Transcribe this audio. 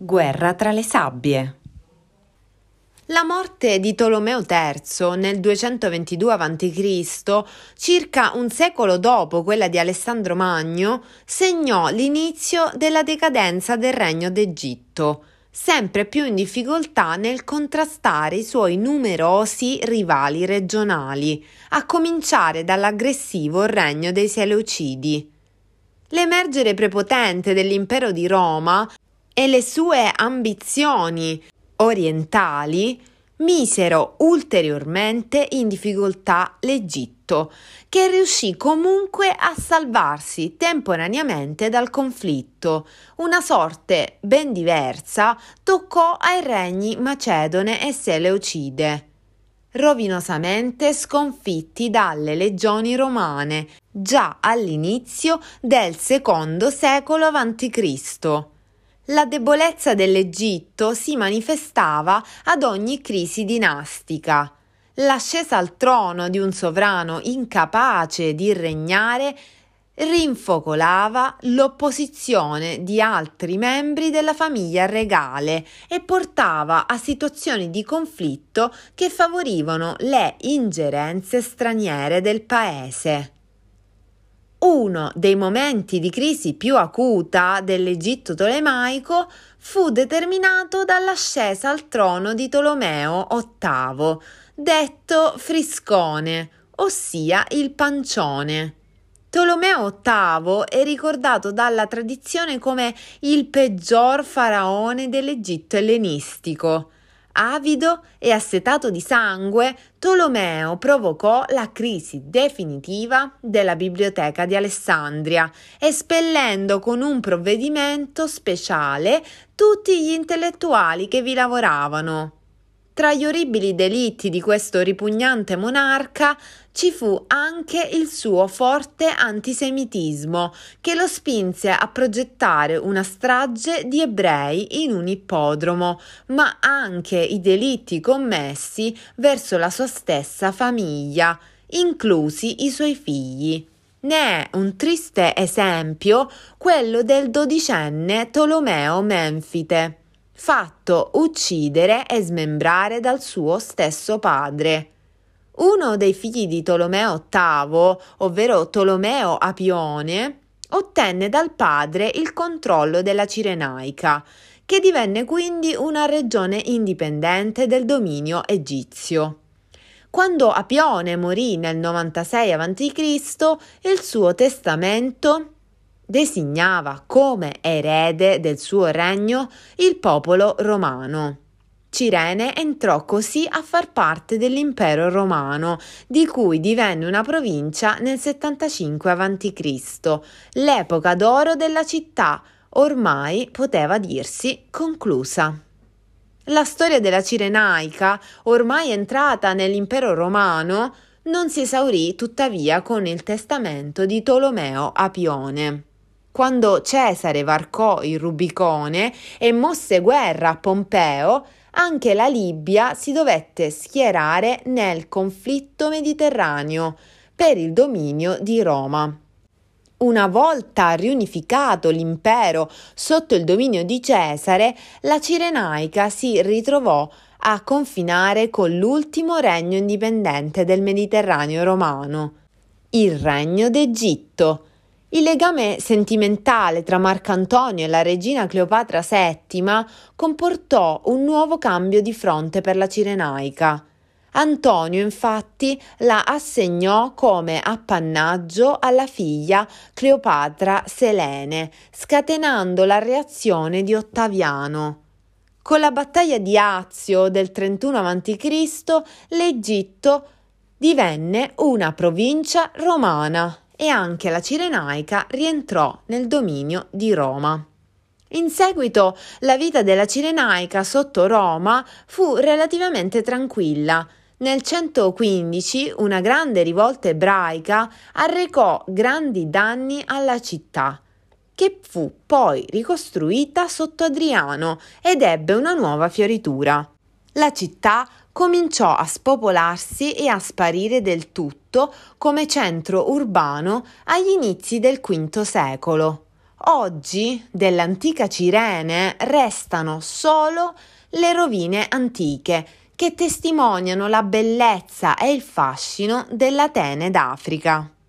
Guerra tra le sabbie. La morte di Tolomeo III nel 222 a.C., circa un secolo dopo quella di Alessandro Magno, segnò l'inizio della decadenza del regno d'Egitto, sempre più in difficoltà nel contrastare i suoi numerosi rivali regionali, a cominciare dall'aggressivo regno dei Seleucidi. L'emergere prepotente dell'impero di Roma e le sue ambizioni orientali misero ulteriormente in difficoltà l'Egitto, che riuscì comunque a salvarsi temporaneamente dal conflitto. Una sorte ben diversa toccò ai regni Macedone e Seleucide, rovinosamente sconfitti dalle legioni romane già all'inizio del secondo secolo a.C. La debolezza dell'Egitto si manifestava ad ogni crisi dinastica. L'ascesa al trono di un sovrano incapace di regnare rinfocolava l'opposizione di altri membri della famiglia regale e portava a situazioni di conflitto che favorivano le ingerenze straniere del paese. Uno dei momenti di crisi più acuta dell'Egitto tolemaico fu determinato dall'ascesa al trono di Tolomeo VIII, detto Friscone, ossia il pancione. Tolomeo VIII è ricordato dalla tradizione come il peggior faraone dell'Egitto ellenistico. Avido e assetato di sangue, Tolomeo provocò la crisi definitiva della biblioteca di Alessandria, espellendo con un provvedimento speciale tutti gli intellettuali che vi lavoravano. Tra gli orribili delitti di questo ripugnante monarca ci fu anche il suo forte antisemitismo, che lo spinse a progettare una strage di ebrei in un ippodromo, ma anche i delitti commessi verso la sua stessa famiglia, inclusi i suoi figli. Ne è un triste esempio quello del dodicenne Tolomeo Menfite, fatto uccidere e smembrare dal suo stesso padre. Uno dei figli di Tolomeo VIII, ovvero Tolomeo Apione, ottenne dal padre il controllo della Cirenaica, che divenne quindi una regione indipendente del dominio egizio. Quando Apione morì nel 96 a.C., il suo testamento designava come erede del suo regno il popolo romano. Cirene entrò così a far parte dell'impero romano, di cui divenne una provincia nel 75 a.C., l'epoca d'oro della città ormai poteva dirsi conclusa. La storia della Cirenaica, ormai entrata nell'impero romano, non si esaurì tuttavia con il testamento di Tolomeo Apione. Quando Cesare varcò il Rubicone e mosse guerra a Pompeo, anche la Libia si dovette schierare nel conflitto mediterraneo per il dominio di Roma. Una volta riunificato l'impero sotto il dominio di Cesare, la Cirenaica si ritrovò a confinare con l'ultimo regno indipendente del Mediterraneo romano, il Regno d'Egitto. Il legame sentimentale tra Marcantonio e la regina Cleopatra VII comportò un nuovo cambio di fronte per la Cirenaica. Antonio infatti la assegnò come appannaggio alla figlia Cleopatra Selene, scatenando la reazione di Ottaviano. Con la battaglia di Azio del 31 a.C., l'Egitto divenne una provincia romana e anche la Cirenaica rientrò nel dominio di Roma. In seguito la vita della Cirenaica sotto Roma fu relativamente tranquilla. Nel 115 una grande rivolta ebraica arrecò grandi danni alla città, che fu poi ricostruita sotto Adriano ed ebbe una nuova fioritura. La città cominciò a spopolarsi e a sparire del tutto come centro urbano agli inizi del V secolo. Oggi dell'antica Cirene restano solo le rovine antiche che testimoniano la bellezza e il fascino dell'Atene d'Africa.